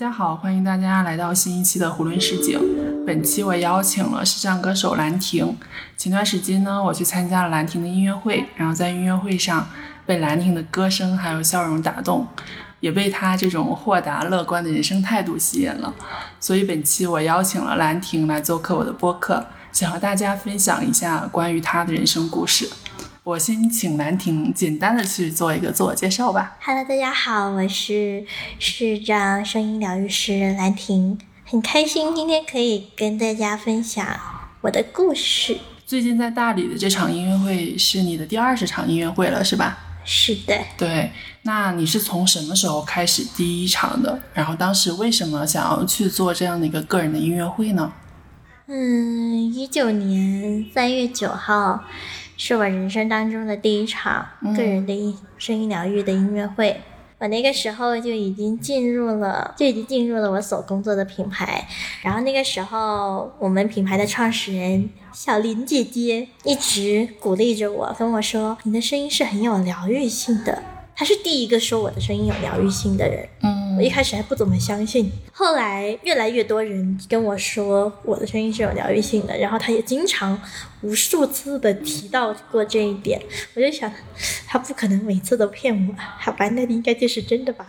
家好，欢迎大家来到新一期的囫囵市井。本期我邀请了视障歌手兰亭。前段时间呢，我去参加了兰亭的音乐会，然后在音乐会上被兰亭的歌声还有笑容打动，也被他这种豁达乐观的人生态度吸引了。所以本期我邀请了兰亭来做客我的播客，想和大家分享一下关于他的人生故事。我先请兰亭简单的去做一个自我介绍吧。 Hello， 大家好，我是视障声音疗愈师兰亭，很开心今天可以跟大家分享我的故事。 最近在大理的这场音乐会是你的第20场音乐会了，是吧？ 是的。对， 那你是从什么时候开始第一场的？然后当时为什么想要去做这样的一个个人的音乐会呢 ？19年3月9号是我人生当中的第一场个人的声音疗愈的音乐会。我那个时候就已经进入了我所工作的品牌，然后那个时候我们品牌的创始人小林姐姐一直鼓励着我，跟我说你的声音是很有疗愈性的，她是第一个说我的声音有疗愈性的人。我一开始还不怎么相信，后来越来越多人跟我说我的声音是有疗愈性的，然后他也经常无数次的提到过这一点，我就想他不可能每次都骗我，好吧，那应该就是真的吧。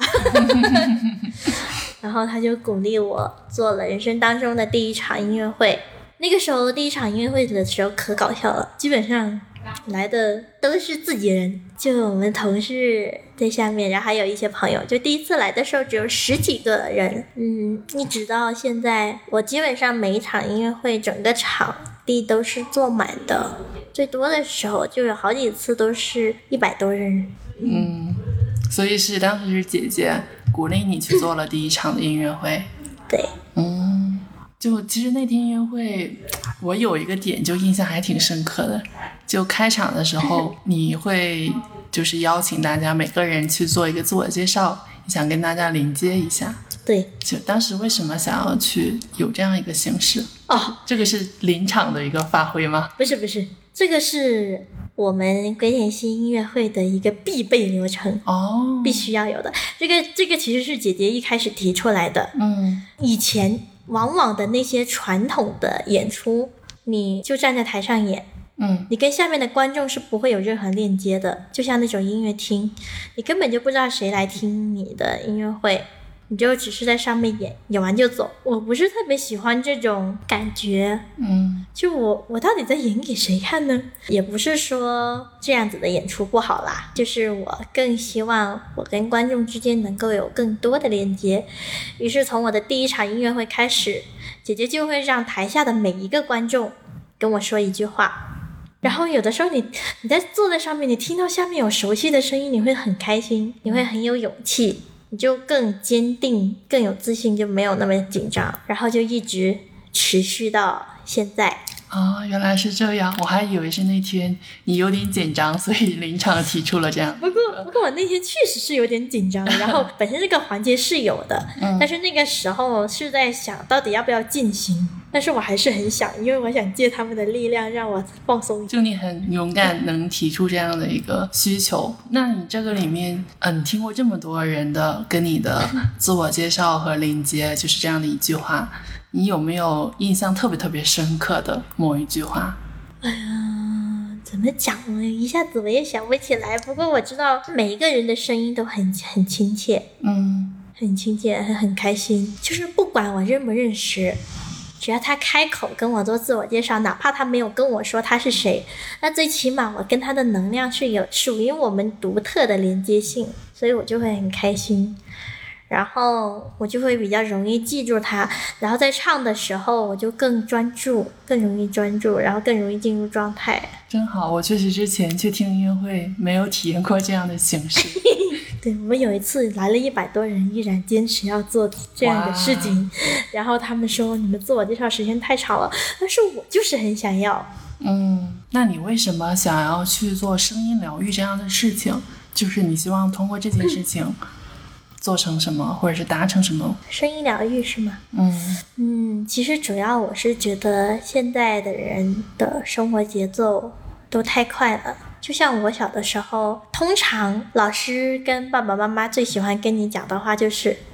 然后他就鼓励我做了人生当中的第一场音乐会。那个时候第一场音乐会的时候可搞笑了，基本上来的都是自己人，就我们同事在下面，然后还有一些朋友，就第一次来的时候只有10几个人。一直到现在我基本上每一场音乐会整个场地都是坐满的，最多的时候就有好几次都是100多人。 所以是当时是姐姐鼓励你去做了第一场的音乐会。 对。 就其实那天音乐会我有一个点就印象还挺深刻的，就开场的时候你会就是邀请大家每个人去做一个自我介绍，你想跟大家连接一下。 对， 就当时为什么想要去有这样一个形式？这个是临场的一个发挥吗？ 不是，这个是我们鬼点心音乐会的一个必备流程必须要有的。这个其实是姐姐一开始提出来的。以前往往的那些传统的演出，你就站在台上演，你跟下面的观众是不会有任何链接的，就像那种音乐厅，你根本就不知道谁来听你的音乐会，你就只是在上面演完就走。我不是特别喜欢这种感觉。就我到底在演给谁看呢？也不是说这样子的演出不好啦，就是我更希望我跟观众之间能够有更多的连接。于是从我的第一场音乐会开始，姐姐就会让台下的每一个观众跟我说一句话，然后有的时候你在坐在上面，你听到下面有熟悉的声音，你会很开心，你会很有勇气，你就更坚定更有自信，就没有那么紧张，然后就一直持续到现在。 原来是这样，我还以为是那天你有点紧张，所以临场提出了这样。 不过我那天确实是有点紧张，然后本身这个环节是有的，但是那个时候是在想到底要不要进行，但是我还是很想，因为我想借他们的力量让我放松。 就你很勇敢能提出这样的一个需求。那你这个里面你听过这么多人的跟你的自我介绍和连接，就是这样的一句话，你有没有印象特别特别深刻的某一句话？ 怎么讲呢？一下子我也想不起来。不过我知道每一个人的声音都很亲切，很亲切，很开心。就是不管我认不认识，只要他开口跟我做自我介绍，哪怕他没有跟我说他是谁，那最起码我跟他的能量是有属于我们独特的连接性，所以我就会很开心。然后我就会比较容易记住它，然后在唱的时候我就更专注，更容易专注，然后更容易进入状态。 真好，我确实之前去听音乐会没有体验过这样的形式。 对，我们有一次来了100多人，依然坚持要做这样的事情，然后他们说你们自我介绍时间太长了，但是我就是很想要。 那你为什么想要去做声音疗愈这样的事情？就是你希望通过这件事情做成什么，或者是达成什么？ 声音疗愈是吗？其实主要我是觉得现在的人的生活节奏都太快了。就像我小的时候，通常老师跟爸爸妈妈最喜欢跟你讲的话就是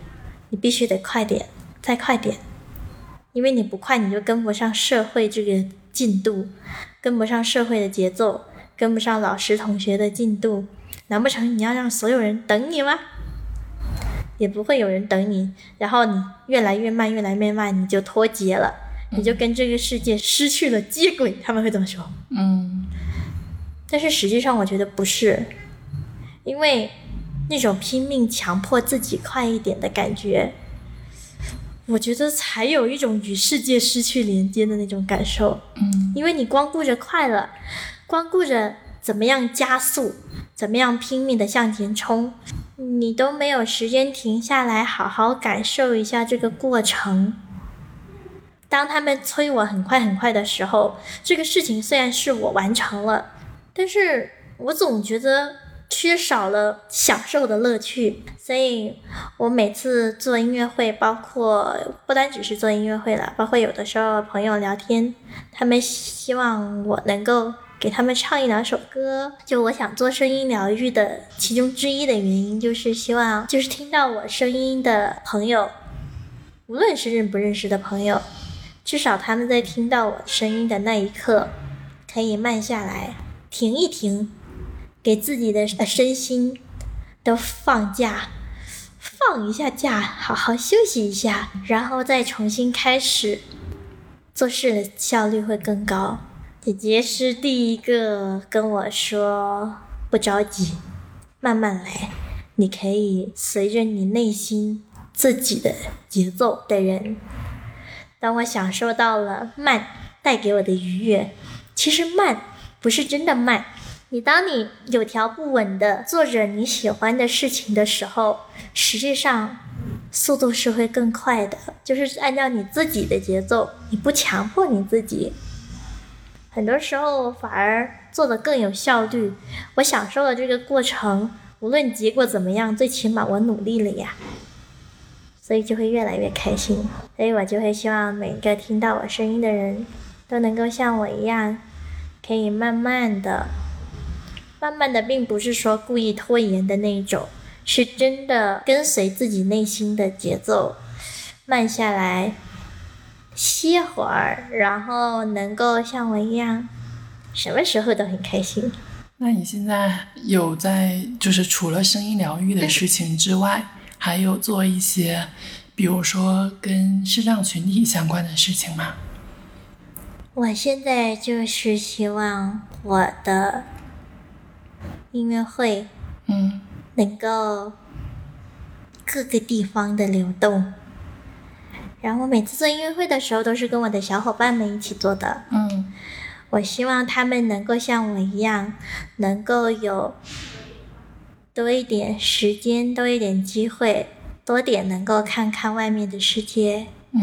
你必须得快点，再快点，因为你不快你就跟不上社会这个进度，跟不上社会的节奏，跟不上老师同学的进度，难不成你要让所有人等你吗？也不会有人等你，然后你越来越慢越来越慢，你就脱节了，你就跟这个世界失去了接轨，他们会这么说。但是实际上我觉得不是，因为那种拼命强迫自己快一点的感觉，我觉得才有一种与世界失去连接的那种感受。因为你光顾着快了，光顾着怎么样加速，怎么样拼命的向前冲，你都没有时间停下来好好感受一下这个过程。当他们催我很快很快的时候，这个事情虽然是我完成了，但是我总觉得缺少了享受的乐趣。所以我每次做音乐会，包括不单只是做音乐会了，包括有的时候朋友聊天，他们希望我能够给他们唱1-2首歌。就我想做声音疗愈的其中之一的原因，就是希望就是听到我声音的朋友，无论是认不认识的朋友，至少他们在听到我声音的那一刻可以慢下来，停一停，给自己的身心都放假，放一下假，好好休息一下，然后再重新开始做事的效率会更高。姐姐是第一个跟我说不着急，慢慢来，你可以随着你内心自己的节奏的人。当我享受到了慢带给我的愉悦，其实慢不是真的慢，当你有条不紊的做着你喜欢的事情的时候，实际上速度是会更快的，就是按照你自己的节奏，你不强迫你自己，很多时候反而做得更有效率。我享受了这个过程，无论结果怎么样，最起码我努力了呀，所以就会越来越开心。所以我就会希望每个听到我声音的人都能够像我一样，可以慢慢的并不是说故意拖延的那种，是真的跟随自己内心的节奏，慢下来歇会儿，然后能够像我一样什么时候都很开心。 那你现在有在就是除了声音疗愈的事情之外，还有做一些比如说跟视障群体相关的事情吗？ 我现在就是希望我的音乐会能够各个地方的流动，然后每次做音乐会的时候都是跟我的小伙伴们一起做的。我希望他们能够像我一样，能够有多一点时间，多一点机会，多点能够看看外面的世界。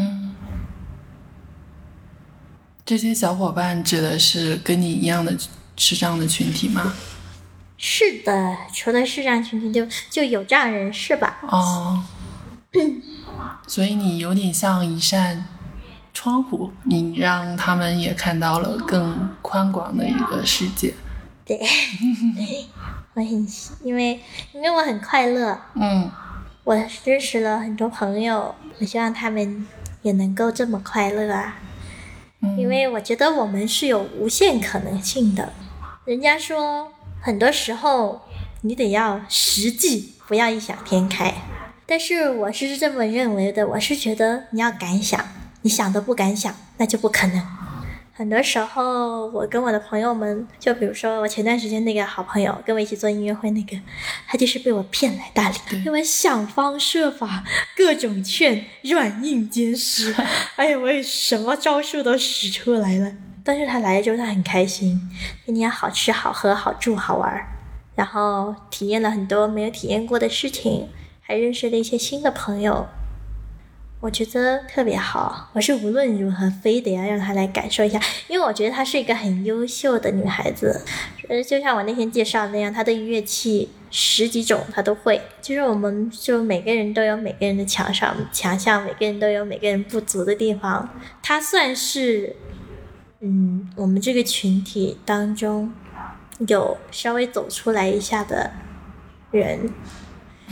这些小伙伴指的是跟你一样的视障的群体吗？ 是的，除了视障群体就有障人士吧。 所以你有点像一扇窗户，你让他们也看到了更宽广的一个世界。 对我很因为我很快乐。我认识了很多朋友，我希望他们也能够这么快乐啊。因为我觉得我们是有无限可能性的。人家说很多时候你得要实际，不要异想天开，但是我是这么认为的，我是觉得你要敢想，你想都不敢想，那就不可能。很多时候我跟我的朋友们，就比如说我前段时间那个好朋友跟我一起做音乐会那个，他就是被我骗来大理的，因为想方设法各种劝，软硬兼施，哎呀，我也什么招数都使出来了。但是他来了之后他很开心，天天好吃好喝好住好玩，然后体验了很多没有体验过的事情，还认识了一些新的朋友，我觉得特别好。我是无论如何非得要让她来感受一下，因为我觉得她是一个很优秀的女孩子，就像我那天介绍那样，她的乐器10几种她都会，就是我们就每个人都有每个人的强项，每个人都有每个人不足的地方。她算是我们这个群体当中有稍微走出来一下的人。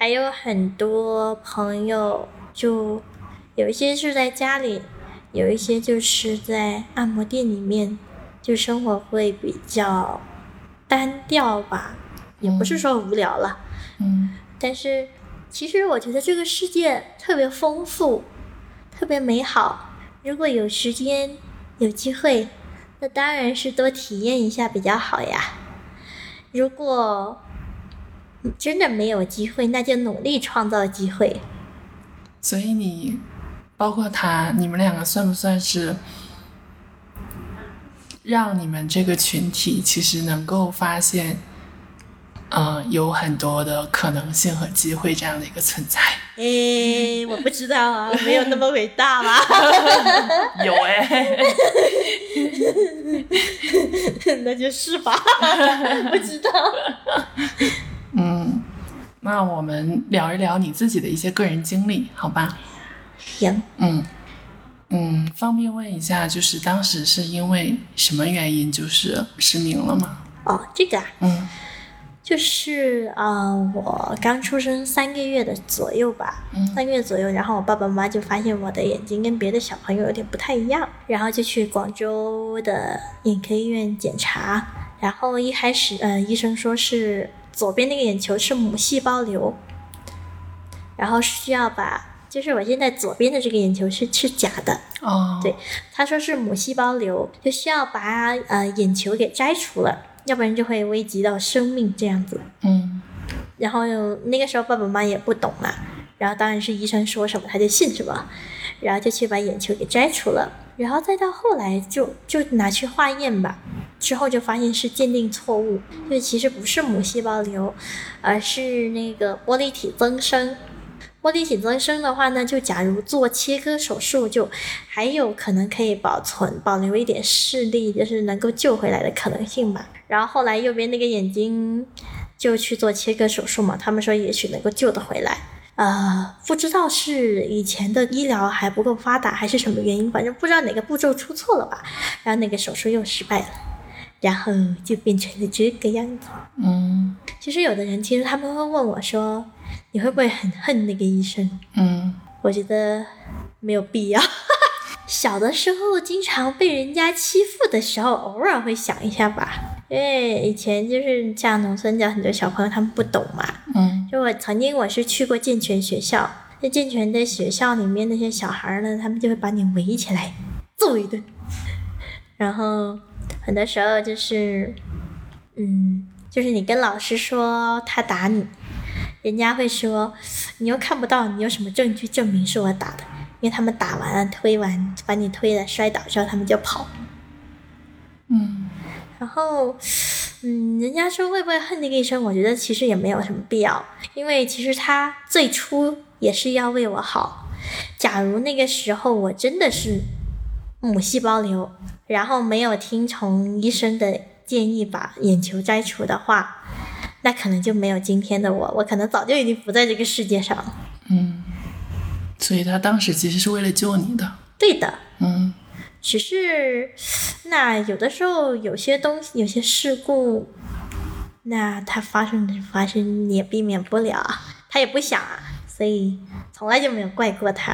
还有很多朋友，就有一些是在家里，有一些就是在按摩店里面，就生活会比较单调吧，也不是说无聊了，但是其实我觉得这个世界特别丰富，特别美好，如果有时间有机会，那当然是多体验一下比较好呀。如果真的没有机会，那就努力创造机会。 所以你包括他，你们两个算不算是让你们这个群体其实能够发现有很多的可能性和机会这样的一个存在？ 我不知道啊，没有那么伟大吧。 有那就是吧。不知道。 那我们聊一聊你自己的一些个人经历，好吧？ 行。 方便问一下，就是当时是因为什么原因就是失明了吗？ 这个就是我刚出生3个月的左右吧，3个月左右，然后我爸爸妈妈就发现我的眼睛跟别的小朋友有点不太一样，然后就去广州的眼科医院检查，然后一开始医生说是左边那个眼球是母细胞瘤，然后需要就是我现在左边的这个眼球是假的对，他说是母细胞瘤，就需要把眼球给摘除了，要不然就会危及到生命这样子。然后那个时候爸爸妈妈也不懂嘛，然后当然是医生说什么他就信什么，然后就去把眼球给摘除了，然后再到后来就拿去化验吧，之后就发现是鉴定错误，就其实不是母细胞瘤，而是那个玻璃体增生。玻璃体增生的话呢，就假如做切割手术，就还有可能可以保留一点视力，就是能够救回来的可能性吧。然后后来右边那个眼睛就去做切割手术嘛，他们说也许能够救得回来。不知道是以前的医疗还不够发达还是什么原因，反正不知道哪个步骤出错了吧，然后那个手术又失败了，然后就变成了这个样子。其实有的人其实他们会问我说，你会不会很恨那个医生？我觉得没有必要。小的时候经常被人家欺负的时候，偶尔会想一下吧，因为以前就是像农村的很多小朋友他们不懂嘛。就我是去过健全学校，在健全的学校里面那些小孩呢，他们就会把你围起来揍一顿，然后很多时候就是你跟老师说他打你，人家会说你又看不到，你有什么证据证明是我打的？因为他们打完推完把你推了摔倒之后他们就跑。然后人家说会不会恨那个医生，我觉得其实也没有什么必要，因为其实他最初也是要为我好。假如那个时候我真的是母细胞瘤，然后没有听从医生的建议把眼球摘除的话，那可能就没有今天的我可能早就已经不在这个世界上了。 所以他当时其实是为了救你的。 对的。只是那有的时候有些东西有些事故，那它发生你也避免不了啊，他也不想啊，所以从来就没有怪过他。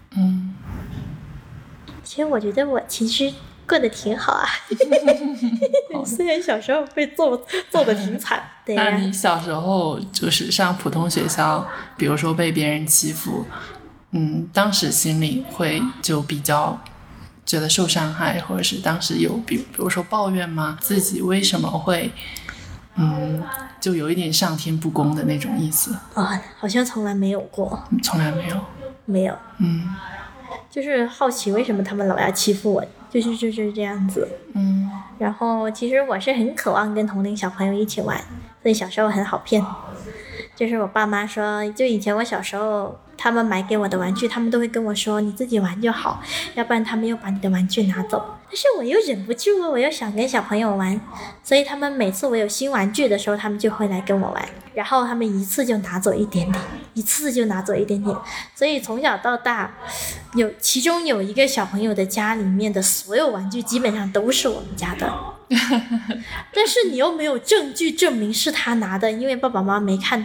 其实我觉得我其实过得挺好啊。虽然小时候被揍得挺惨。对啊。 那你小时候就是上普通学校，比如说被别人欺负，当时心里会就比较觉得受伤害，或者是当时有比如说抱怨吗？自己为什么会就有一点上天不公的那种意思？ 好像从来没有过。 从来没有。 就是好奇为什么他们老要欺负我，就是这样子。然后其实我是很渴望跟同龄小朋友一起玩，所以小时候很好骗。就是我爸妈说，就以前我小时候他们买给我的玩具，他们都会跟我说你自己玩就好，要不然他们又把你的玩具拿走。但是我又忍不住，我又想跟小朋友玩，所以他们每次我有新玩具的时候，他们就会来跟我玩，然后他们一次就拿走一点点，所以从小到大其中有一个小朋友的家里面的所有玩具基本上都是我们家的。但是你又没有证据证明是他拿的，因为爸爸妈妈没看到，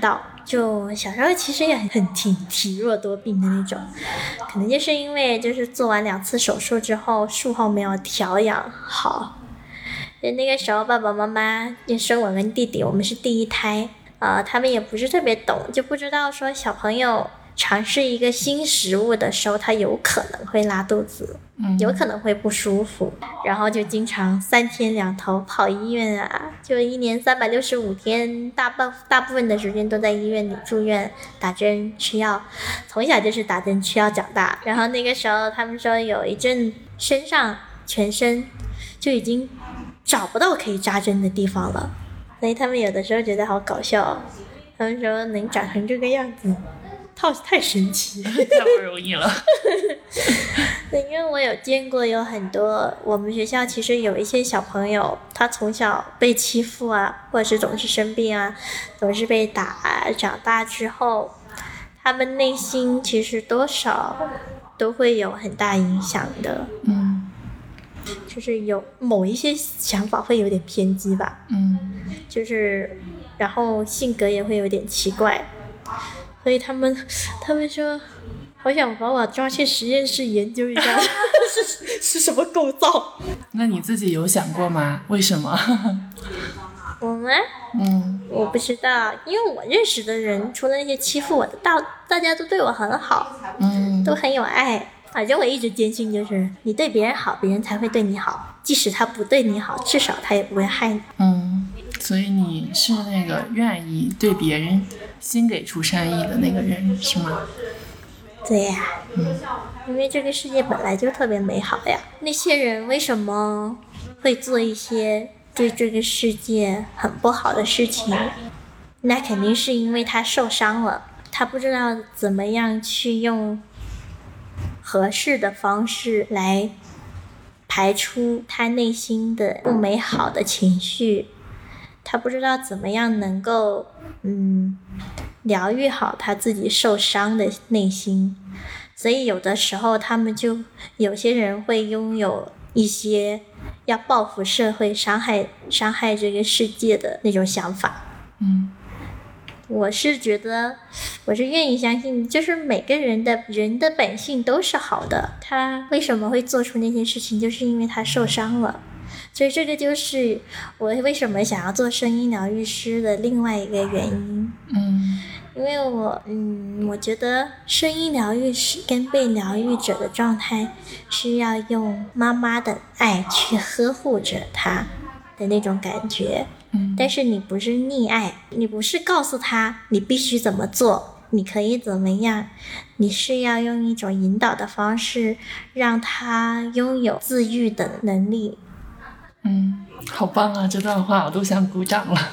就小时候其实也很体弱多病的那种，可能就是因为就是做完2次手术之后，术后没有调养好。那个时候爸爸妈妈也生我跟弟弟，我们是第一胎，他们也不是特别懂，就不知道说小朋友尝试一个新食物的时候，他有可能会拉肚子，有可能会不舒服，然后就经常3天2头跑医院啊，就1年365天，大部分的时间都在医院里住院打针吃药，从小就是打针吃药长大。然后那个时候他们说有一阵身上全身就已经找不到可以扎针的地方了，所以他们有的时候觉得好搞笑，他们说能长成这个样子太神奇太不容易了因为我有见过有很多我们学校其实有一些小朋友，他从小被欺负啊，或者是总是生病啊，总是被打啊，长大之后他们内心其实多少都会有很大影响的，就是有某一些想法会有点偏激吧，就是然后性格也会有点奇怪，所以他们说好想把我抓去实验室研究一下是什么构造。 那你自己有想过吗？为什么？ 我吗？我不知道，因为我认识的人除了那些欺负我的，大家都对我很好，都很有爱。反正我一直坚信就是你对别人好，别人才会对你好，即使他不对你好，至少他也不会害你。 所以你是那个愿意对别人心给出善意的那个人是吗？ 对呀，因为这个世界本来就特别美好呀。那些人为什么会做一些对这个世界很不好的事情？那肯定是因为他受伤了，他不知道怎么样去用合适的方式来排出他内心的不美好的情绪，他不知道怎么样能够疗愈好他自己受伤的内心，所以有的时候他们就有些人会拥有一些要报复社会、伤害这个世界的那种想法。我是觉得，我是愿意相信，就是每个人的本性都是好的，他为什么会做出那些事情，就是因为他受伤了。所以这个就是我为什么想要做声音疗愈师的另外一个原因。因为我觉得声音疗愈师跟被疗愈者的状态是要用妈妈的爱去呵护着他的那种感觉。但是你不是溺爱，你不是告诉他你必须怎么做，你可以怎么样，你是要用一种引导的方式让他拥有自愈的能力。 好棒啊，这段话我都想鼓掌了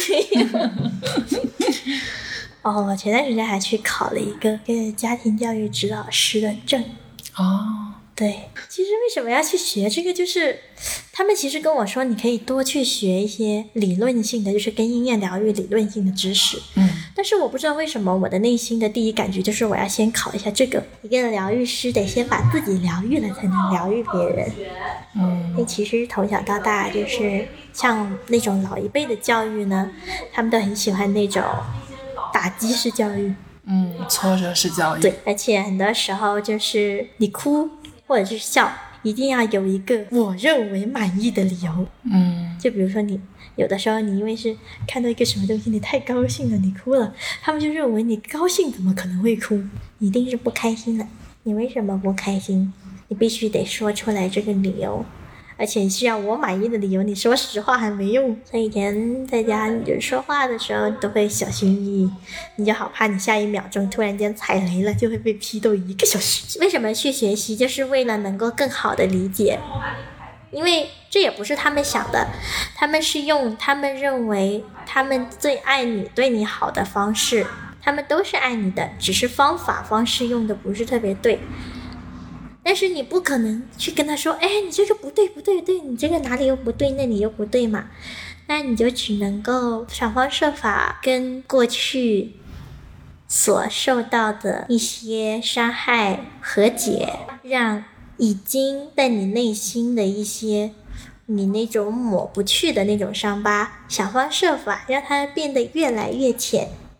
我前段时间还去考了一个家庭教育指导师的证。对，其实为什么要去学这个，就是他们其实跟我说你可以多去学一些理论性的，就是跟音乐疗愈理论性的知识。但是我不知道为什么我的内心的第一感觉就是我要先考一下这个，一个疗愈师得先把自己疗愈了才能疗愈别人。其实从小到大就是像那种老一辈的教育呢，他们都很喜欢那种打击式教育， 挫折式教育。 对，而且很多时候就是你哭或者是笑，一定要有一个我认为满意的理由。就比如说你有的时候你因为是看到一个什么东西你太高兴了你哭了，他们就认为你高兴怎么可能会哭，一定是不开心的。你为什么不开心？你必须得说出来这个理由，而且是要我满意的理由，你说实话还没用。所以以前在家你就说话的时候都会小心翼翼，你就好怕你下一秒钟突然间踩雷了，就会被批斗1个小时。为什么去学习，就是为了能够更好的理解，因为这也不是他们想的，他们是用他们认为他们最爱你对你好的方式，他们都是爱你的，只是方式用的不是特别对。但是你不可能去跟他说，你这个不对，你这个哪里又不对，那里又不对嘛。那你就只能够想方设法跟过去所受到的一些伤害和解，让已经在你内心的一些你那种抹不去的那种伤疤，想方设法让它变得越来越浅，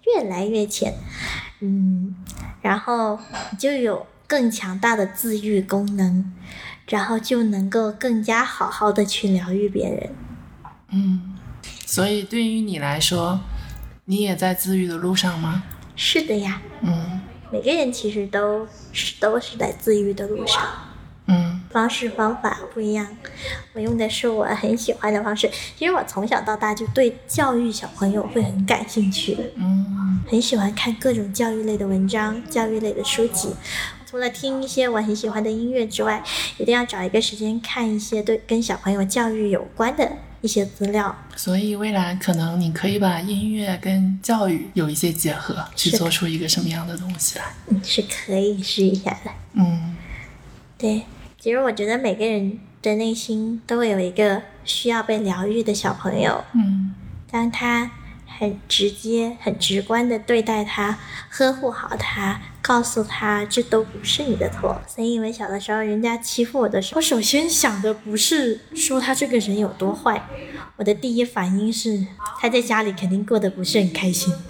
越来越浅，然后你就有更强大的自愈功能，然后就能够更加好好的去疗愈别人。 所以对于你来说，你也在自愈的路上吗？ 是的呀。每个人其实都是在自愈的路上。方式方法不一样，我用的是我很喜欢的方式。其实我从小到大就对教育小朋友会很感兴趣，很喜欢看各种教育类的文章、教育类的书籍。除了听一些我很喜欢的音乐之外，一定要找一个时间看一些跟小朋友教育有关的一些资料。 所以未来可能你可以把音乐跟教育有一些结合，去做出一个什么样的东西来？ 是可以试一下的。对，其实我觉得每个人的内心都会有一个需要被疗愈的小朋友。当他很直接很直观的对待他，呵护好他，告诉他这都不是你的错。所以因为小的时候人家欺负我的时候，我首先想的不是说他这个人有多坏，我的第一反应是他在家里肯定过得不是很开心。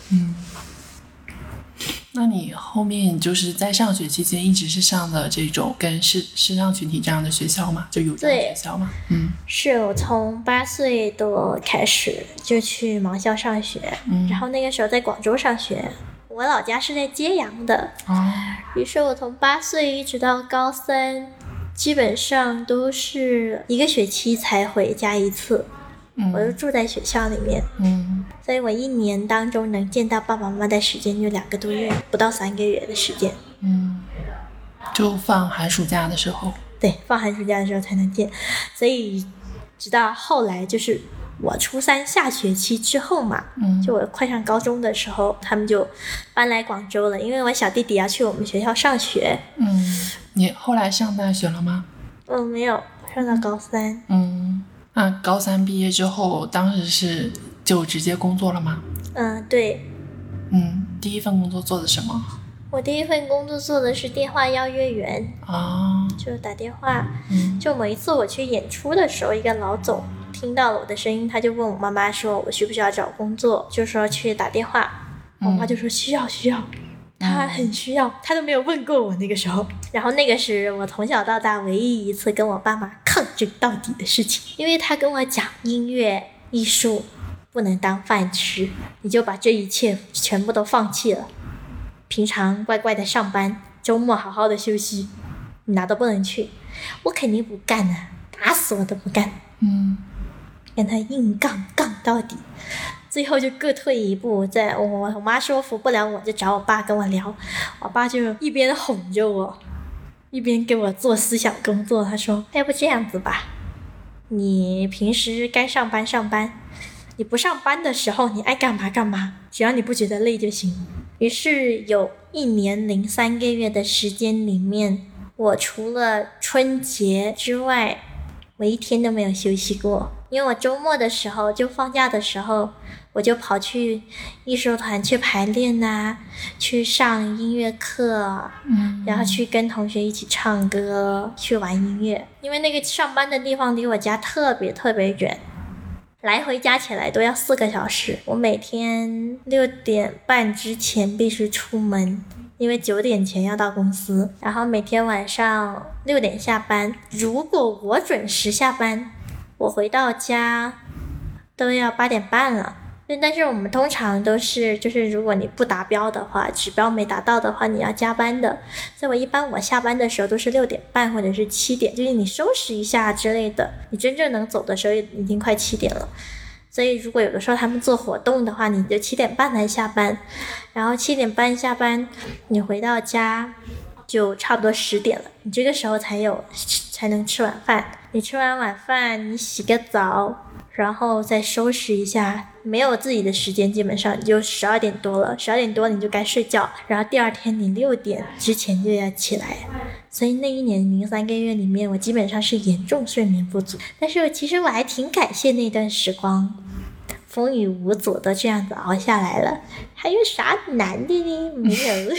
那你后面就是在上学期间一直是上的这种跟视障群体这样的学校吗？就有这样的学校吗？ 是我从8岁多开始就去盲校上学，然后那个时候在广州上学，我老家是在揭阳的。于是我从8岁一直到高3，基本上都是一个学期才回家一次。我就住在学校里面，所以我一年当中能见到爸爸妈妈的时间就2个多月，不到3个月的时间。 就放寒暑假的时候。 对，放寒暑假的时候才能见。所以直到后来就是我初3下学期之后嘛，就我快上高中的时候，他们就搬来广州了，因为我小弟弟要去我们学校上学。 你后来上大学了吗？ 没有，上到高3。 那高3毕业之后，当时是就直接工作了吗？ 对。 第一份工作做的什么？ 我第一份工作做的是电话邀约员。就打电话。就某一次我去演出的时候，一个老总听到了我的声音，他就问我妈妈说我需不需要找工作，就说去打电话。我妈就说需要，他很需要，他都没有问过我那个时候。然后那个是我从小到大唯一一次跟我爸妈抗争到底的事情，因为他跟我讲音乐艺术不能当饭吃，你就把这一切全部都放弃了，平常乖乖的上班，周末好好的休息，你哪都不能去。我肯定不干的，打死我都不干。跟他硬杠到底，最后就各退一步。我妈说服不了我，就找我爸跟我聊。我爸就一边哄着我，一边给我做思想工作。他说要不这样子吧，你平时该上班上班，你不上班的时候你爱干嘛干嘛，只要你不觉得累就行。于是有1年零3个月的时间里面，我除了春节之外，我一天都没有休息过。因为我周末的时候，就放假的时候，我就跑去艺术团去排练啊，去上音乐课，然后去跟同学一起唱歌，去玩音乐。因为那个上班的地方离我家特别远，来回加起来都要4个小时。我每天6点半之前必须出门，因为9点前要到公司，然后每天晚上6点下班。如果我准时下班，我回到家都要8点半了。但是我们通常都是就是如果你不达标的话，指标没达到的话，你要加班的。所以我下班的时候都是6点半或者是7点，就是你收拾一下之类的，你真正能走的时候已经快7点了。所以如果有的时候他们做活动的话，你就7点半才下班，然后7点半下班，你回到家就差不多10点了，你这个时候才能吃晚饭。你吃完晚饭，你洗个澡，然后再收拾一下，没有自己的时间，基本上你就12点多了，12点多你就该睡觉，然后第二天你6点之前就要起来。所以那1年零3个月里面，我基本上是严重睡眠不足。但是其实我还挺感谢那段时光，风雨无阻的这样子熬下来了。还有啥难的呢？没有。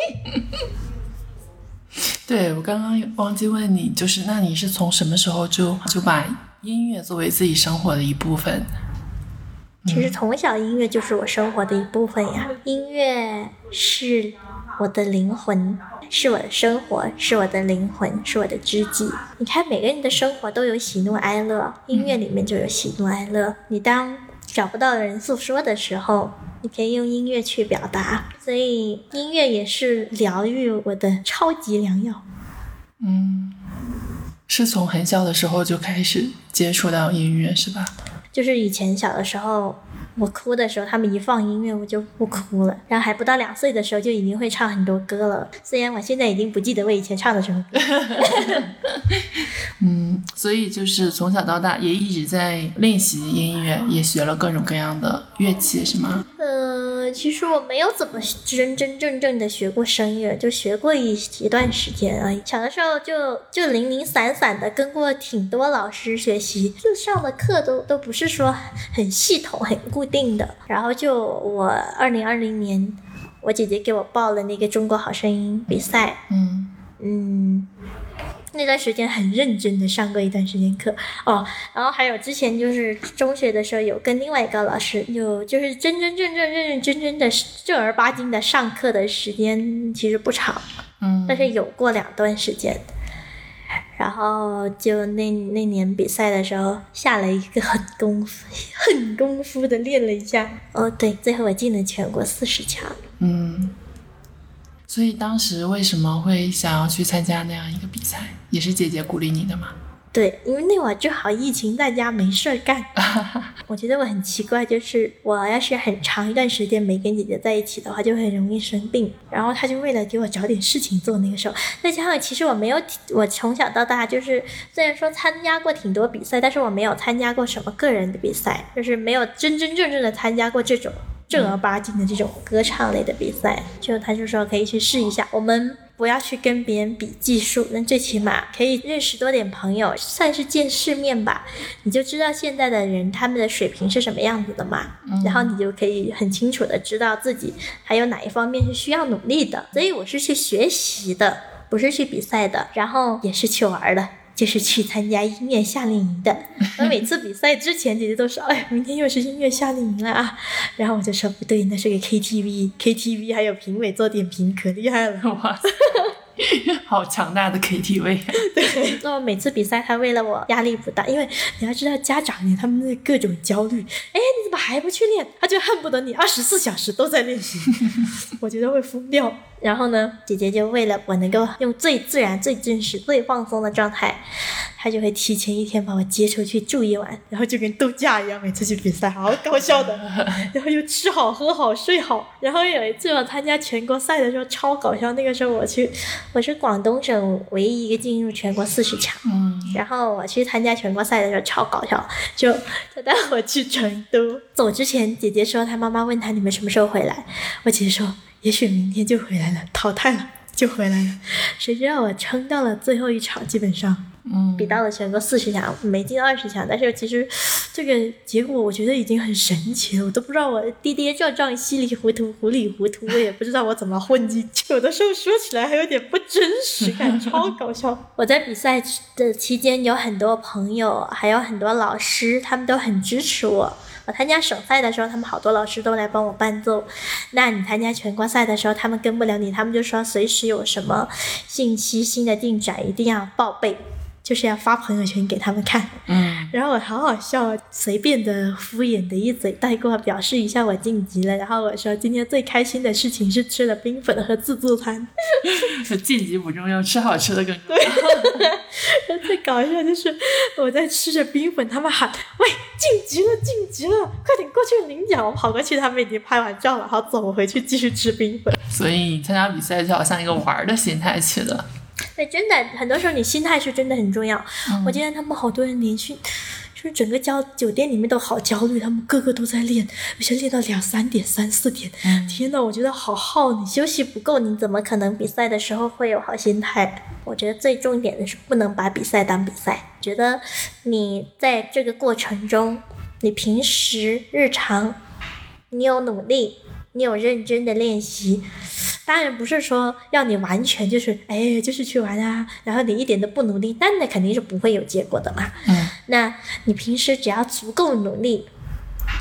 对，我刚刚忘记问你，就是那你是从什么时候就把音乐作为自己生活的一部分？ 其实从小音乐就是我生活的一部分呀，音乐是我的灵魂，是我的生活，是我的灵魂，是我的知己。你看每个人的生活都有喜怒哀乐，音乐里面就有喜怒哀乐。你当找不到人诉说的时候，你可以用音乐去表达，所以音乐也是疗愈我的超级良药。 是从很小的时候就开始接触到音乐是吧？ 就是以前小的时候，我哭的时候他们一放音乐我就不哭了，然后还不到2岁的时候就已经会唱很多歌了，虽然我现在已经不记得我以前唱的什么歌。 所以就是从小到大也一直在练习音乐，也学了各种各样的乐器是吗？ 其实我没有怎么真正的学过声乐，就学过一段时间而已。小的时候就零零散散的跟过挺多老师学习，就上的课都不是说很系统很固定的。然后就我2020年我姐姐给我报了那个中国好声音比赛，那段时间很认真的上过一段时间课然后还有之前就是中学的时候有跟另外一个老师就是真的正儿八经的上课的时间其实不长，但是有过2段时间。然后就那年比赛的时候下了一个很功夫的练了一下，对，最后我进了全国40强。 所以当时为什么会想要去参加那样一个比赛？也是姐姐鼓励你的吗？ 对，因为那会儿正好疫情在家没事干。我觉得我很奇怪，就是我要是很长一段时间没跟姐姐在一起的话就很容易生病，然后她就为了给我找点事情做，那个时候再加上其实我从小到大就是虽然说参加过挺多比赛，但是我没有参加过什么个人的比赛，就是没有真正的参加过这种正儿八经的这种歌唱类的比赛。他就说可以去试一下，我们不要去跟别人比技术，那最起码可以认识多点朋友，算是见世面吧，你就知道现在的人他们的水平是什么样子的嘛，然后你就可以很清楚的知道自己还有哪一方面是需要努力的。所以我是去学习的，不是去比赛的，然后也是去玩的，就是去参加音乐夏令营的。我每次比赛之前姐姐都说明天又是音乐夏令营了啊，然后我就说不对，那是个 KTV 还有评委做点评，可厉害了。 哇好强大的 KTV。 对，那我每次比赛他为了我压力不大，因为你要知道家长他们的各种焦虑，你怎么还不去练，他就恨不得你24小时都在练习。我觉得会疯掉。然后呢，姐姐就为了我能够用最自然最真实最放松的状态，她就会提前1天把我接出去住一晚，然后就跟度假一样，每次去比赛好搞笑的。然后又吃好喝好睡好。然后有一次我参加全国赛的时候超搞笑，那个时候我是广东省唯一一个进入全国40强，然后我去参加全国赛的时候超搞笑，就带我去成都，走之前姐姐说她妈妈问她你们什么时候回来，我姐姐说也许明天就回来了，淘汰了就回来了。谁知道我撑到了最后一场，基本上比到了全国40强，没进20强，但是其实这个结果我觉得已经很神奇了，我都不知道我跌跌撞撞稀里糊涂糊里糊涂，我也不知道我怎么混进去，有的时候说起来还有点不真实感，超搞笑。我在比赛的期间有很多朋友还有很多老师，他们都很支持我。我参加省赛的时候他们好多老师都来帮我伴奏，那你参加全国赛的时候他们跟不了你，他们就说随时有什么信息新的进展一定要报备，就是要发朋友圈给他们看。然后我好笑，随便的敷衍的一嘴带过表示一下我晋级了，然后我说今天最开心的事情是吃了冰粉和自助餐。 晋级不重要，吃好吃的更重要。对，最搞笑就是我在吃着冰粉，他们喊喂晋级了，快点过去领奖。我跑过去，他们已经拍完照了，好走，我回去继续吃冰粉。 所以参加比赛就好像一个玩的心态去的。 对，真的很多时候你心态是真的很重要。我记得他们好多人连续就是整个酒店里面都好焦虑，他们个个都在练，有些练到2、3点、3、4点。天哪，我觉得好耗，你休息不够，你怎么可能比赛的时候会有好心态？我觉得最重点的是不能把比赛当比赛。觉得你在这个过程中，你平时日常你有努力，你有认真的练习，当然不是说要你完全就是就是去玩啊，然后你一点都不努力，那肯定是不会有结果的嘛。那你平时只要足够努力，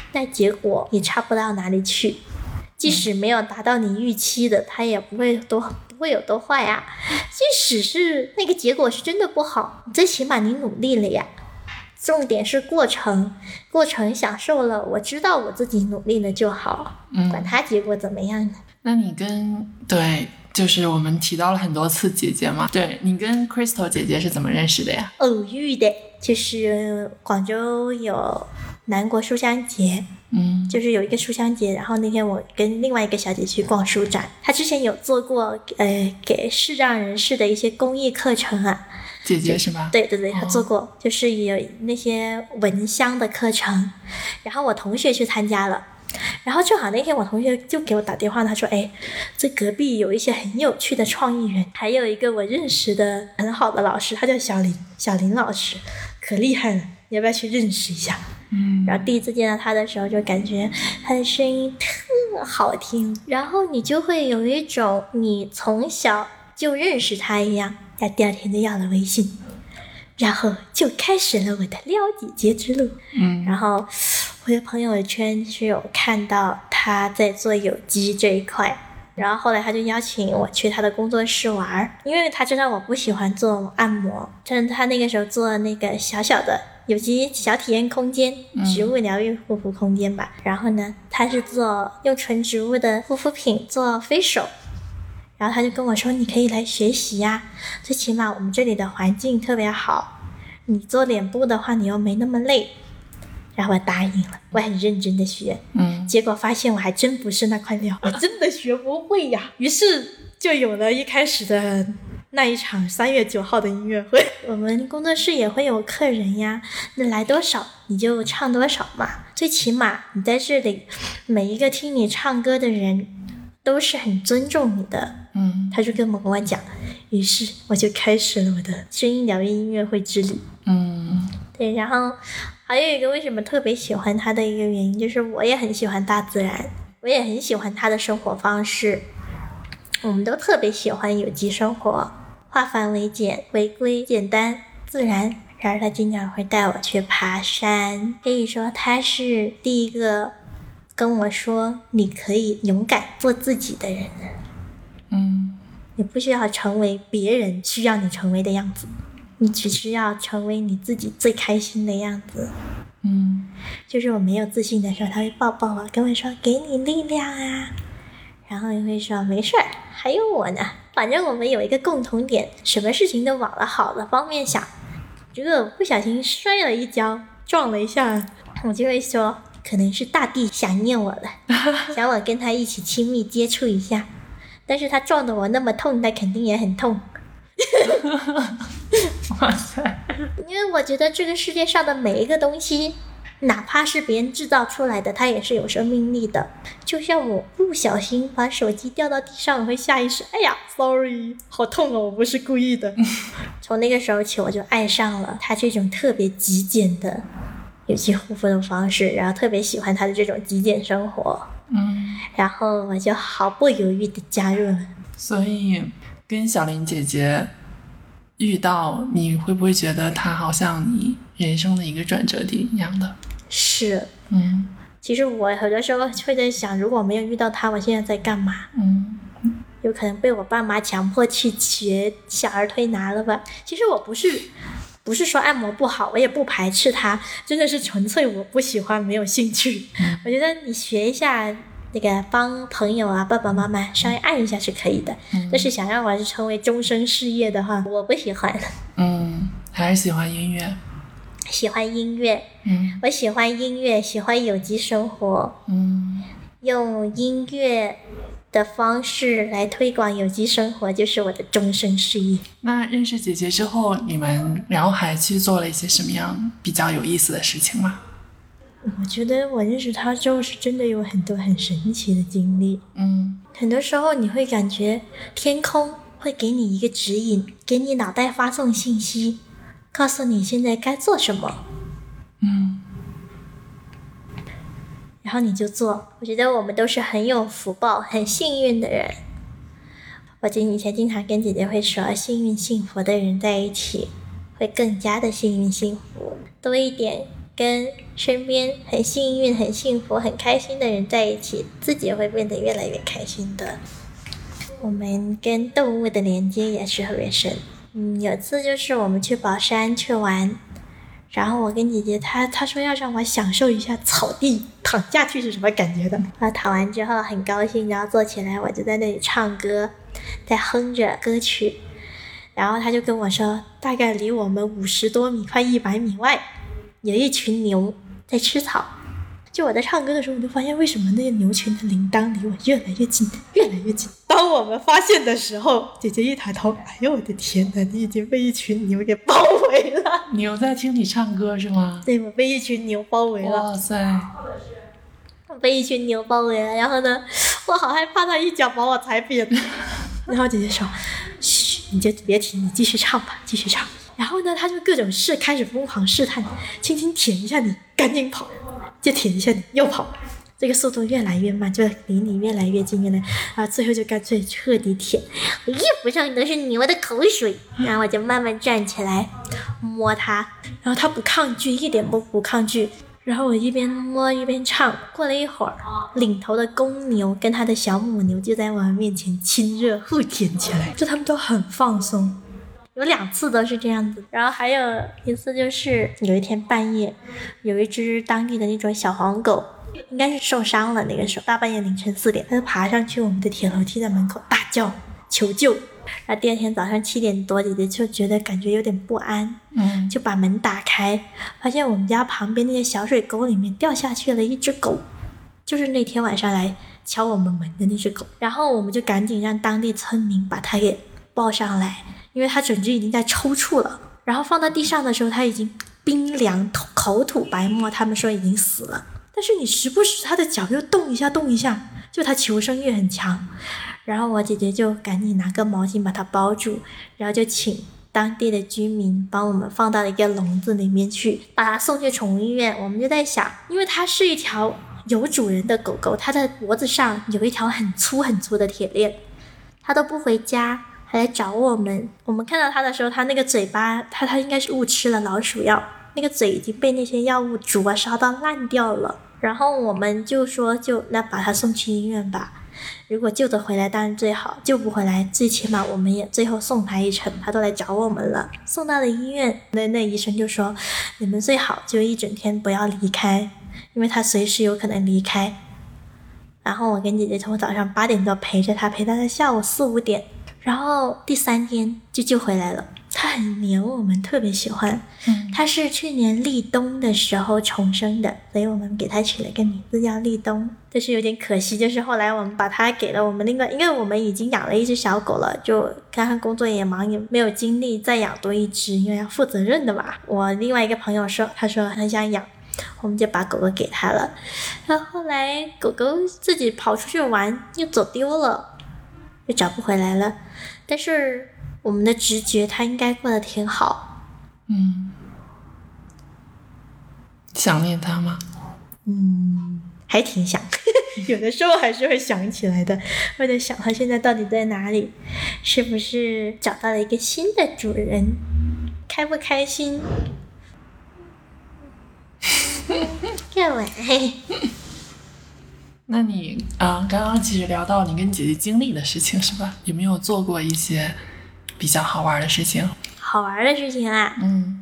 但结果也差不到哪里去。即使没有达到你预期的，它也不会有多坏啊。即使是那个结果是真的不好，最起码你努力了呀。重点是过程享受了，我知道我自己努力了就好，管它结果怎么样呢？ 那你对，就是我们提到了很多次姐姐嘛，对，你跟 Crystal 姐姐是怎么认识的呀？ 偶遇的，就是广州有南国书香节，就是有一个书香节，然后那天我跟另外一个小姐去逛书展，她之前有做过给视障人士的一些公益课程啊。 姐姐是吗？ 对，她做过，就是有那些蚊香的课程，然后我同学去参加了。然后正好那天我同学就给我打电话，他说这隔壁有一些很有趣的创意园，还有一个我认识的很好的老师，他叫小林老师，可厉害了，你要不要去认识一下？然后第一次见到他的时候就感觉他的声音特好听，然后你就会有一种你从小就认识他一样，第二天就要了微信，然后就开始了我的撩姐姐之路。然后我的朋友圈是有看到他在做有机这一块，然后后来他就邀请我去他的工作室玩，因为他知道我不喜欢做按摩，但是他那个时候做那个小小的有机小体验空间，植物疗愈护肤空间吧。然后呢，他是用纯植物的护肤品做facial，然后他就跟我说你可以来学习呀，最起码我们这里的环境特别好，你做脸部的话你又没那么累。然后我答应了，我很认真的学，结果发现我还真不是那块料，我真的学不会呀。于是就有了一开始的那一场3月9号的音乐会。我们工作室也会有客人呀，那来多少你就唱多少嘛，最起码你在这里每一个听你唱歌的人都是很尊重你的。他就跟我讲，于是我就开始了我的声音疗愈音乐会之旅。对，然后还有一个为什么特别喜欢他的一个原因，就是我也很喜欢大自然，我也很喜欢他的生活方式，我们都特别喜欢有机生活，化繁为简，回归简单自然。然而他经常会带我去爬山，可以说他是第一个跟我说你可以勇敢做自己的人。你不需要成为别人需要你成为的样子，你只需要成为你自己最开心的样子。就是我没有自信的时候，他会抱抱我，跟我说给你力量啊，然后也会说没事儿，还有我呢，反正我们有一个共同点，什么事情都往了好的方面想。如果不小心摔了一跤，撞了一下，我就会说可能是大地想念我了，想我跟他一起亲密接触一下，但是他撞得我那么痛，他肯定也很痛。 哇塞！ 因为我觉得这个世界上的每一个东西，哪怕是别人制造出来的，它也是有生命力的。就像我不小心把手机掉到地上，我会下意识哎呀 sorry 好痛哦，我不是故意的。从那个时候起我就爱上了他这种特别极简的有机护肤的方式，然后特别喜欢他的这种极简生活。然后我就毫不犹豫地加入了。 所以跟小林姐姐遇到，你会不会觉得她好像你人生的一个转折点一样的？ 是。其实我很多时候会在想，如果没有遇到她，我现在在干嘛？有可能被我爸妈强迫去学小儿推拿了吧。其实我不是说按摩不好，我也不排斥它，真的是纯粹我不喜欢，没有兴趣。我觉得你学一下那个帮朋友啊爸爸妈妈稍微按一下是可以的，但是想让我成为终身事业的话，我不喜欢。 还是喜欢音乐。 喜欢音乐。我喜欢音乐，喜欢有机生活。用音乐的方式来推广有机生活，就是我的终身事业。 那认识姐姐之后，你们然后还去做了一些什么样比较有意思的事情吗？ 我觉得我认识她之后是真的有很多很神奇的经历。很多时候你会感觉天空会给你一个指引，给你脑袋发送信息，告诉你现在该做什么。然后你就做。我觉得我们都是很有福报很幸运的人。我以前经常跟姐姐会说，幸运幸福的人在一起会更加的幸运幸福，多一点跟身边很幸运、很幸福、很开心的人在一起，自己也会变得越来越开心的。我们跟动物的连接也是特别深。有次就是我们去宝山去玩，然后我跟姐姐她说要让我享受一下草地，躺下去是什么感觉的。然后躺完之后很高兴，然后坐起来，我就在那里唱歌，在哼着歌曲。然后她就跟我说，大概离我们50多米快100米外有一群牛在吃草。就我在唱歌的时候，我就发现为什么那个牛群的铃铛离我越来越近，越来越近。当我们发现的时候，姐姐一抬头，哎呦我的天哪，你已经被一群牛给包围了。 牛在听你唱歌是吗？ 对，我被一群牛包围了。 哇塞！ 我被一群牛包围了，然后呢，我好害怕它一脚把我踩扁。然后姐姐说，嘘，你就别提，你继续唱吧，继续唱。然后呢，他就各种开始疯狂试探，轻轻舔一下你，赶紧跑，就舔一下你，又跑，这个速度越来越慢，就离你越来越近，最后就干脆彻底舔。我衣服上都是牛的口水，然后我就慢慢站起来摸它，然后它不抗拒，一点都不抗拒。然后我一边摸一边唱。过了一会儿，领头的公牛跟他的小母牛就在我们面前亲热互舔起来，就他们都很放松。有2次都是这样子。然后还有一次就是有一天半夜，有一只当地的那种小黄狗，应该是受伤了，那个时候大半夜凌晨4点，它就爬上去我们的铁楼梯的门口大叫求救。然后第二天早上7点多，姐姐就觉得感觉有点不安，就把门打开，发现我们家旁边那个小水沟里面掉下去了一只狗，就是那天晚上来敲我们门的那只狗。然后我们就赶紧让当地村民把它给抱上来，因为它整只已经在抽搐了。然后放到地上的时候，它已经冰凉，口吐白沫，他们说已经死了。但是你时不时它的脚又动一下动一下，就它求生欲很强。然后我姐姐就赶紧拿个毛巾把它包住，然后就请当地的居民帮我们放到一个笼子里面去，把它送去宠物医院。我们就在想，因为它是一条有主人的狗狗，它的脖子上有一条很粗很粗的铁链，它都不回家，还来找我们。我们看到它的时候，它那个嘴巴，它应该是误吃了老鼠药，那个嘴已经被那些药物煮啊烧到烂掉了。然后我们就说那把它送去医院吧，如果救得回来当然最好，救不回来最起码我们也最后送他一程，他都来找我们了。送到了医院，那医生就说你们最好就一整天不要离开，因为他随时有可能离开。然后我跟姐姐从早上8点多陪着他，陪到他下午4、5点，然后第3天就救回来了。他很黏我们，特别喜欢。他是去年立冬的时候重生的，所以我们给他取了个名字叫立冬。但是有点可惜，就是后来我们把他给了我们另外，因为我们已经养了一只小狗了，就加上工作也忙，也没有精力再养多一只，因为要负责任的嘛。我另外一个朋友说，他说很想养，我们就把狗狗给他了。然后后来狗狗自己跑出去玩，又走丢了，又找不回来了。但是我们的直觉它应该过得挺好。 想念它吗？ 还挺想有的时候还是会想起来的，或者想它现在到底在哪里，是不是找到了一个新的主人，开不开心干嘛那你刚刚其实聊到你跟姐姐经历的事情是吧？有没有做过一些比较好玩的事情？ 好玩的事情啊？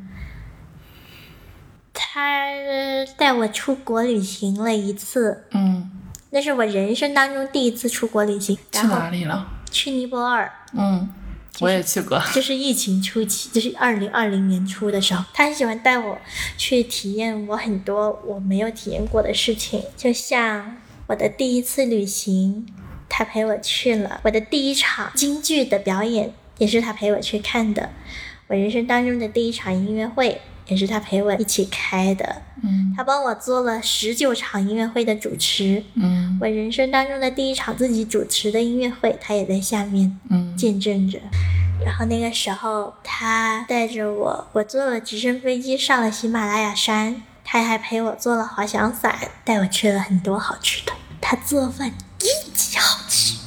他带我出国旅行了一次。那是我人生当中第一次出国旅行。 去哪里了？ 去尼泊尔。 我也去过。 就是疫情初期，就是2020年初的时候，他很喜欢带我去体验我很多我没有体验过的事情，就像我的第一次旅行，他陪我去了；我的第一场京剧的表演，也是他陪我去看的；我人生当中的第一场音乐会，也是他陪我一起开的。他帮我做了19场音乐会的主持。我人生当中的第一场自己主持的音乐会，他也在下面见证着。然后那个时候他带着我坐了直升飞机上了喜马拉雅山，他还陪我做了滑翔伞，带我吃了很多好吃的。他做饭极其好吃，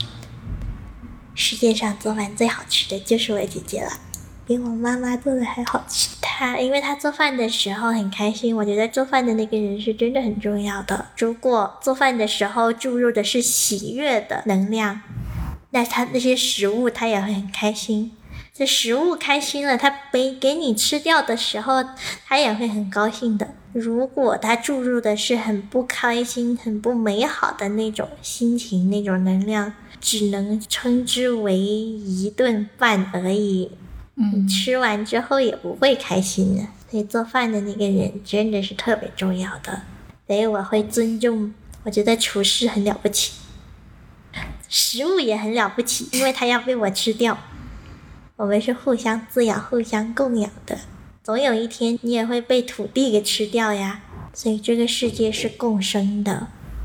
世界上做饭最好吃的就是我姐姐了，比我妈妈做的还好吃。他因为他做饭的时候很开心，我觉得做饭的那个人是真的很重要的。如果做饭的时候注入的是喜悦的能量，那他那些食物他也会很开心。这食物开心了，他给你吃掉的时候，他也会很高兴的。如果他注入的是很不开心、很不美好的那种心情、那种能量，只能称之为一顿饭而已。你吃完之后也不会开心的。所以做饭的那个人真的是特别重要的。所以我会尊重，我觉得厨师很了不起，食物也很了不起，因为他要被我吃掉。我们是互相滋养、互相供养的，总有一天你也会被土地给吃掉呀。所以这个世界是共生的。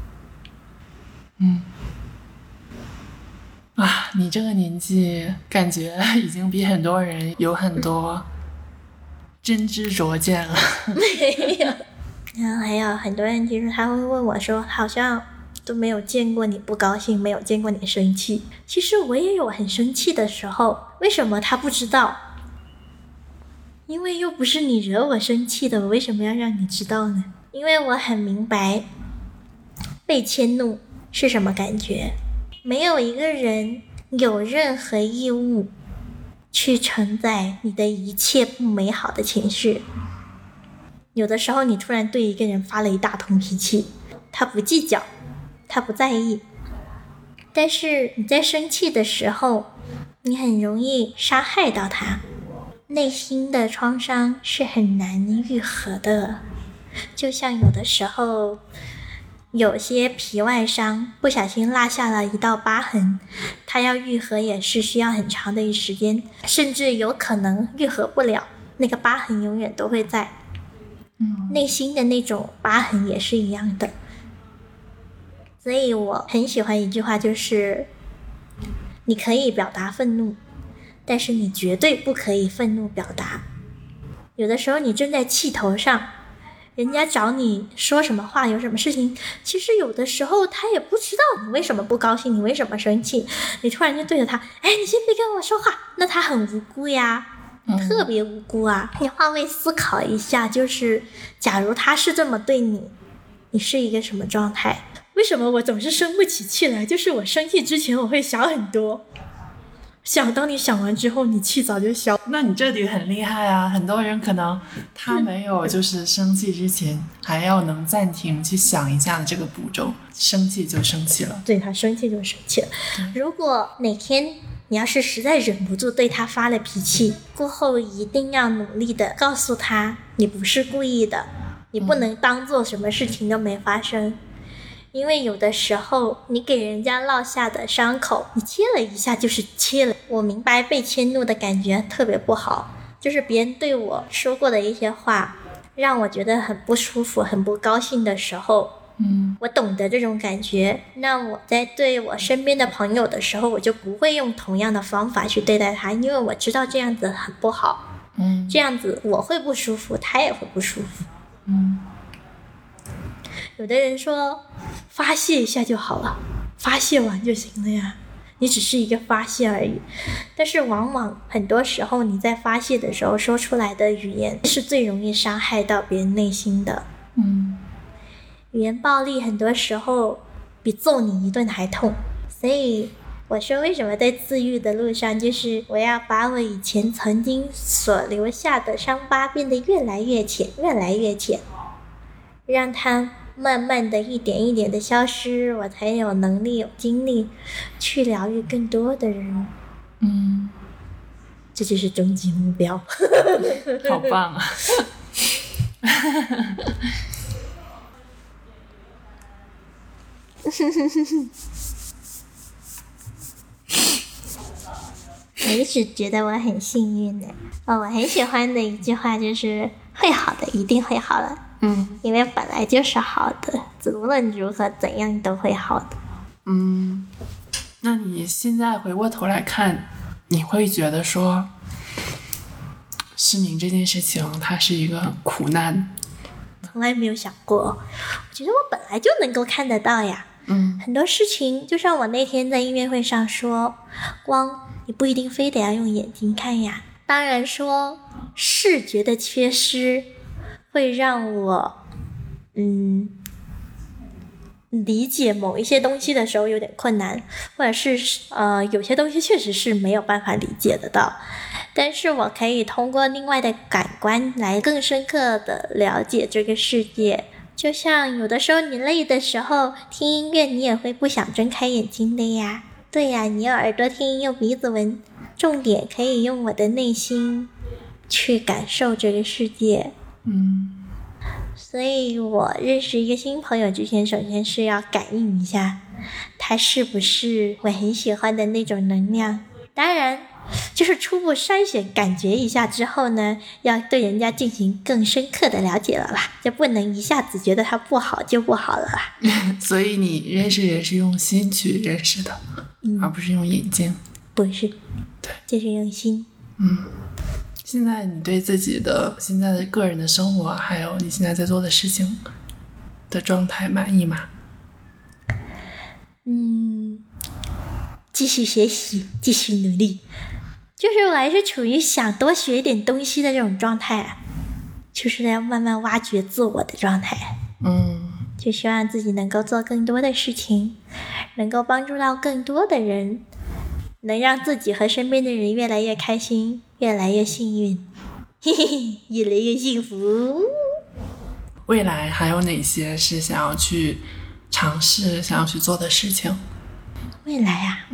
你这个年纪感觉已经比很多人有很多真知灼见了。 没有。然后还有很多人就是他会问我说，好像都没有见过你不高兴，没有见过你生气。其实我也有很生气的时候，为什么他不知道？因为又不是你惹我生气的，我为什么要让你知道呢？因为我很明白被迁怒是什么感觉。没有一个人有任何义务去承载你的一切不美好的情绪。有的时候你突然对一个人发了一大通脾气，他不计较，他不在意，但是你在生气的时候，你很容易伤害到他。内心的创伤是很难愈合的，就像有的时候有些皮外伤不小心落下了一道疤痕，它要愈合也是需要很长的一时间，甚至有可能愈合不了，那个疤痕永远都会在。内心的那种疤痕也是一样的。所以我很喜欢一句话，就是你可以表达愤怒，但是你绝对不可以愤怒表达。有的时候你正在气头上，人家找你说什么话，有什么事情，其实有的时候他也不知道你为什么不高兴，你为什么生气，你突然就对着他，你先别跟我说话，那他很无辜呀，特别无辜啊。你换位思考一下，就是假如他是这么对你，你是一个什么状态？为什么我总是生不起气来？就是我生气之前我会想很多，当你想完之后，你气早就消。 那你这里很厉害啊！很多人可能他没有就是生气之前还要能暂停去想一下这个步骤，生气就生气了。 对，他生气就生气了。如果哪天你要是实在忍不住对他发了脾气，过后一定要努力的告诉他，你不是故意的，你不能当做什么事情都没发生。因为有的时候你给人家落下的伤口，你切了一下就是切了。我明白被迁怒的感觉特别不好，就是别人对我说过的一些话让我觉得很不舒服，很不高兴的时候，我懂得这种感觉。那我在对我身边的朋友的时候，我就不会用同样的方法去对待他，因为我知道这样子很不好。这样子我会不舒服，他也会不舒服。有的人说发泄一下就好了，发泄完就行了呀，你只是一个发泄而已。但是往往很多时候你在发泄的时候说出来的语言是最容易伤害到别人内心的。语言暴力很多时候比揍你一顿还痛。所以我说为什么在自愈的路上，就是我要把我以前曾经所留下的伤疤变得越来越浅，越来越浅，让它慢慢的一点一点的消失，我才有能力有精力去疗愈更多的人。这就是终极目标。 好棒啊。 我一直觉得我很幸运的。我很喜欢的一句话就是会好的，一定会好的。因为本来就是好的，无论如何怎样都会好的。 那你现在回过头来看，你会觉得说失明这件事情它是一个苦难？ 从来没有想过，我觉得我本来就能够看得到呀。很多事情就像我那天在音乐会上说，光你不一定非得要用眼睛看呀。当然说视觉的缺失会让我理解某一些东西的时候有点困难，或者是有些东西确实是没有办法理解得到，但是我可以通过另外的感官来更深刻的了解这个世界。就像有的时候你累的时候听音乐，你也会不想睁开眼睛的呀。对呀，你用耳朵听，用鼻子闻，重点可以用我的内心去感受这个世界。所以我认识一个新朋友之前，首先是要感应一下他是不是我很喜欢的那种能量。当然就是初步筛选感觉一下之后呢，要对人家进行更深刻的了解了啦，就不能一下子觉得他不好就不好了啦。 所以你认识人是用心去认识的，而不是用眼睛。 不是， 对， 就是用心。 现在你对自己的现在的个人的生活，还有你现在在做的事情的状态满意吗？ 继续学习，继续努力，就是我还是处于想多学一点东西的这种状态，就是要慢慢挖掘自我的状态。就希望自己能够做更多的事情，能够帮助到更多的人，能让自己和身边的人越来越开心，越来越幸运，嘿嘿，越来越幸福。 未来还有哪些是想要去尝试、想要去做的事情？ 未来啊，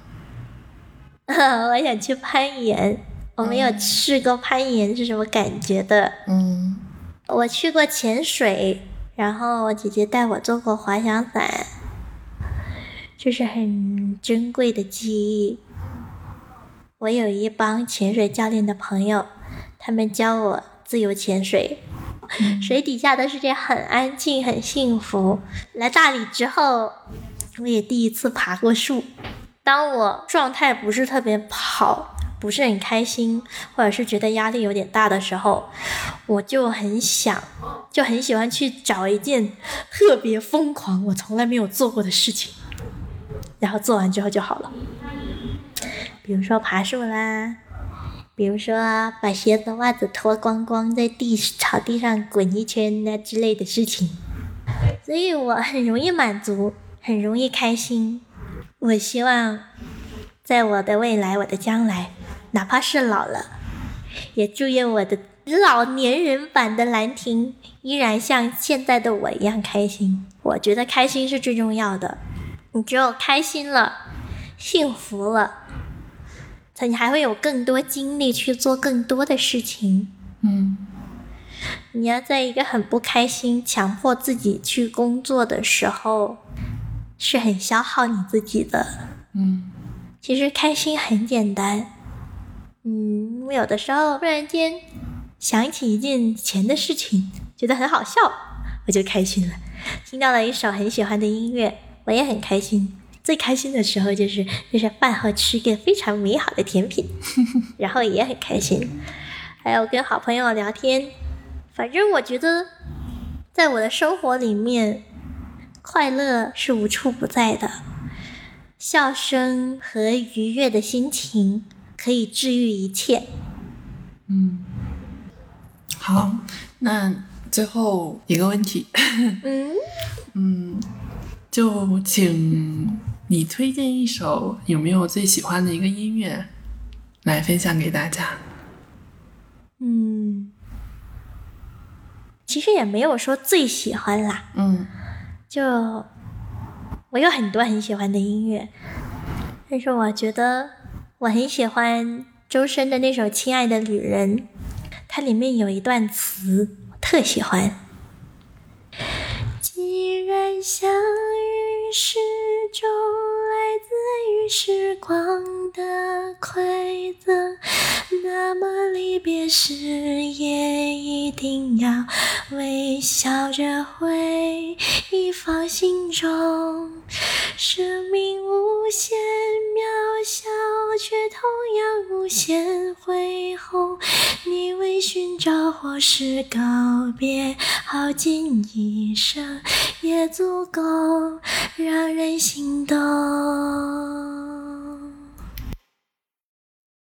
我想去攀岩，我没有试过攀岩是什么感觉的。我去过潜水，然后我姐姐带我做过滑翔伞，这是很珍贵的记忆。我有一帮潜水教练的朋友，他们教我自由潜水，水底下的世界很安静很幸福。来大理之后，我也第一次爬过树。当我状态不是特别好，不是很开心，或者是觉得压力有点大的时候，我就很喜欢去找一件特别疯狂我从来没有做过的事情，然后做完之后就好了。比如说爬树啦，比如说把鞋子袜子脱光光在草地上滚一圈啊之类的事情。所以我很容易满足，很容易开心。我希望在我的未来，我的将来，哪怕是老了，也祝愿我的老年人版的兰亭依然像现在的我一样开心。我觉得开心是最重要的，你只有开心了，幸福了，你还会有更多精力去做更多的事情。你要在一个很不开心强迫自己去工作的时候，是很消耗你自己的。其实开心很简单。我有的时候突然间想起一件以前的事情，觉得很好笑，我就开心了。听到了一首很喜欢的音乐，我也很开心。最开心的时候就是饭后吃个非常美好的甜品，然后也很开心。还有跟好朋友聊天，反正我觉得在我的生活里面，快乐是无处不在的，笑声和愉悦的心情可以治愈一切。 好，那最后一个问题，就请你推荐一首有没有最喜欢的一个音乐来分享给大家。 其实也没有说最喜欢啦。就我有很多很喜欢的音乐，但是我觉得我很喜欢周深的那首《亲爱的旅人》，它里面有一段词我特喜欢。既然相遇是种来自于时光的快乐，那么离别时也一定要微笑着回放心中。生命无限渺小，却同样无限恢宏。你为寻找或是告别，耗尽一生也足够让人心动。